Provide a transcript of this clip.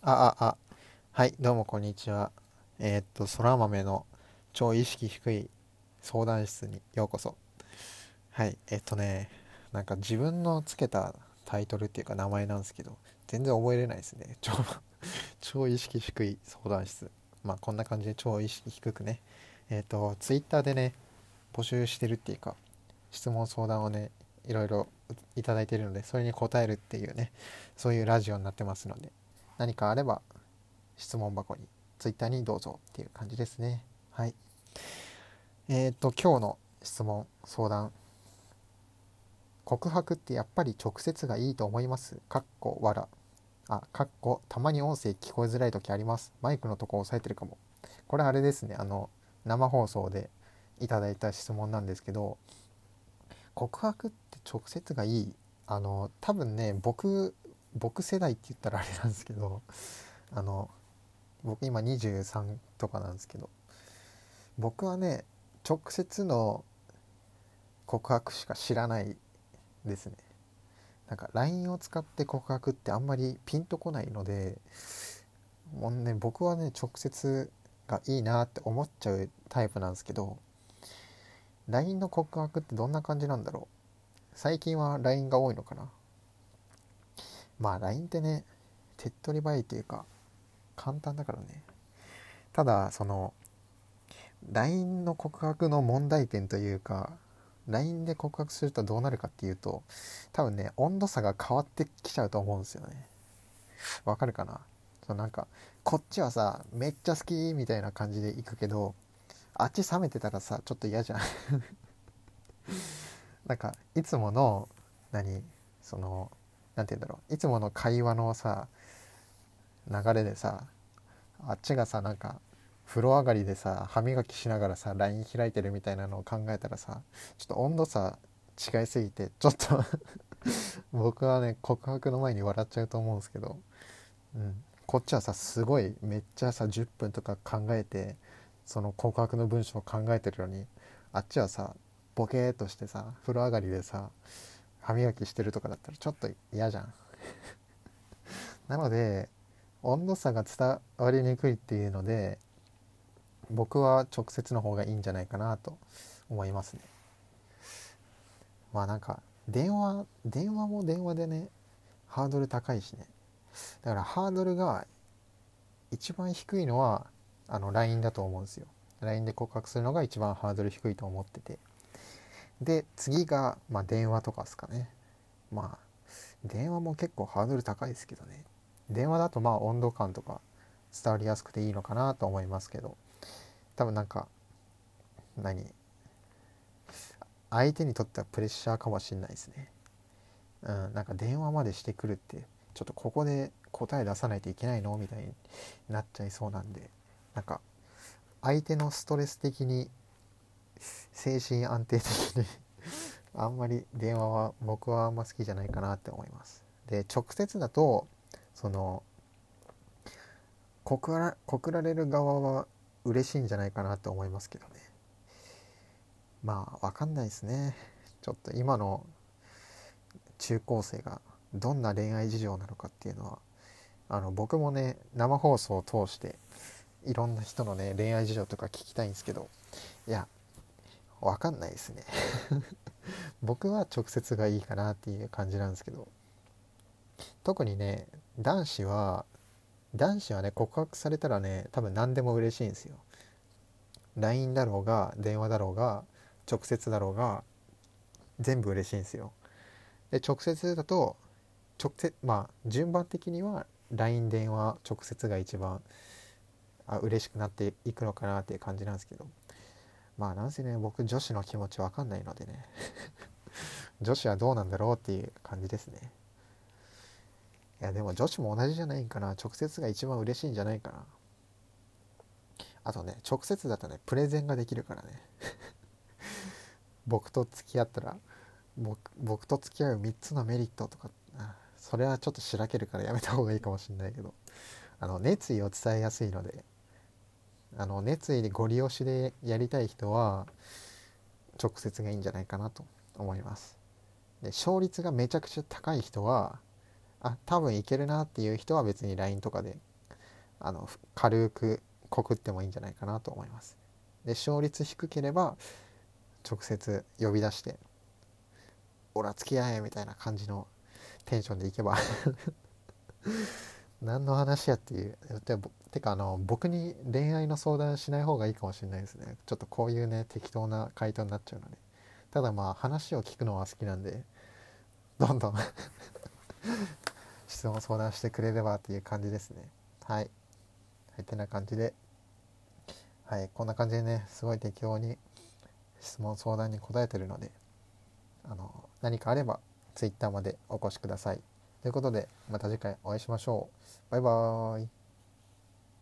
はい、どうもこんにちは。そら豆の超意識低い相談室にようこそ。はい、なんか自分のつけたタイトルっていうか名前なんですけど、全然覚えれないですね。超意識低い相談室。まあこんな感じで超意識低くね。ツイッターでね、募集してるっていうか、質問相談をね、いろいろいただいているので、それに答えるっていうね、そういうラジオになってますので、何かあれば質問箱に、ツイッターにどうぞっていう感じですね。はい。今日の質問、相談。告白ってやっぱり直接がいいと思いますかっこわら。たまに音声聞こえづらい時あります。マイクのとこ押さえてるかも。これあれですね。生放送でいただいた質問なんですけど、告白って直接がいい。多分ね、僕世代って言ったらあれなんですけど、あの、僕今23とかなんですけど、僕はね、直接の告白しか知らないですね。なんか LINE を使って告白ってあんまりピンとこないので、もうね、僕はね、直接がいいなって思っちゃうタイプなんですけど、LINE の告白ってどんな感じなんだろう。最近は LINE が多いのかな。まあ LINE ってね、手っ取り早いっていうか、簡単だからね。ただ、LINE の告白の問題点というか、LINE で告白するとどうなるかっていうと、多分ね、温度差が変わってきちゃうと思うんですよね。わかるかな。なんか、こっちはさ、めっちゃ好きみたいな感じで行くけど、あっち冷めてたらさ、ちょっと嫌じゃん。なんか、いつもの、何、その、なんて言うんだろう、いつもの会話のさ、流れでさ、あっちがさ、なんか、風呂上がりでさ、歯磨きしながらさ、LINE 開いてるみたいなのを考えたらさ、ちょっと温度差違いすぎて、ちょっと僕はね、告白の前に笑っちゃうと思うんですけど、うん、こっちはさ、すごい、めっちゃさ、10分とか考えて、その告白の文章を考えてるのに、あっちはさ、ボケーっとしてさ、風呂上がりでさ、歯磨きしてるとかだったらちょっと嫌じゃん。なので、温度差が伝わりにくいっていうので、僕は直接の方がいいんじゃないかなと思いますね。まあなんか電話も電話でね、ハードル高いしね。だからハードルが一番低いのはLINE だと思うんですよ。 LINE で告白するのが一番ハードル低いと思ってて、で次がまあ電話とかですかね。まあ電話も結構ハードル高いですけどね。電話だとまあ温度感とか伝わりやすくていいのかなと思いますけど、多分なんか何相手にとってはプレッシャーかもしれないですね。うん、なんか電話までしてくるってちょっとここで答え出さないといけないのみたいになっちゃいそうなんで、なんか相手のストレス的に精神安定的にあんまり電話は僕はあんま好きじゃないかなって思います。で直接だとその告られる側は嬉しいんじゃないかなって思いますけどね。まあわかんないですね。ちょっと今の中高生がどんな恋愛事情なのかっていうのは、僕もね生放送を通していろんな人のね恋愛事情とか聞きたいんですけど、いやわかんないですね。僕は直接がいいかなっていう感じなんですけど、特にね男子はね告白されたらね多分何でも嬉しいんですよ。 LINE だろうが電話だろうが直接だろうが全部嬉しいんですよ。で直接だとまあ順番的には LINE 電話直接が一番嬉しくなっていくのかなっていう感じなんですけど、まあなんせね僕女子の気持ちわかんないのでね、女子はどうなんだろうっていう感じですね。いやでも女子も同じじゃないんかな。直接が一番嬉しいんじゃないかな。あとね直接だとねプレゼンができるからね。僕と付き合ったら僕と付き合う3つのメリットとか、それはちょっとしらけるからやめた方がいいかもしれないけど、熱意を伝えやすいので、熱意でご利用しでやりたい人は直接がいいんじゃないかなと思います。で勝率がめちゃくちゃ高い人は多分いけるなっていう人は別に LINE とかで軽く告ってもいいんじゃないかなと思います。で勝率低ければ直接呼び出して「オラ付き合え」みたいな感じのテンションでいけば何の話やっていう。てか僕に恋愛の相談しない方がいいかもしれないですね。ちょっとこういうね適当な回答になっちゃうので。ただまあ話を聞くのは好きなんで、どんどん質問相談してくれればっていう感じですね。はい、はい、てな感じで、はい、こんな感じでねすごい適当に質問相談に答えてるので、何かあれば Twitter までお越しください。ということでまた次回お会いしましょう。バイバーイ。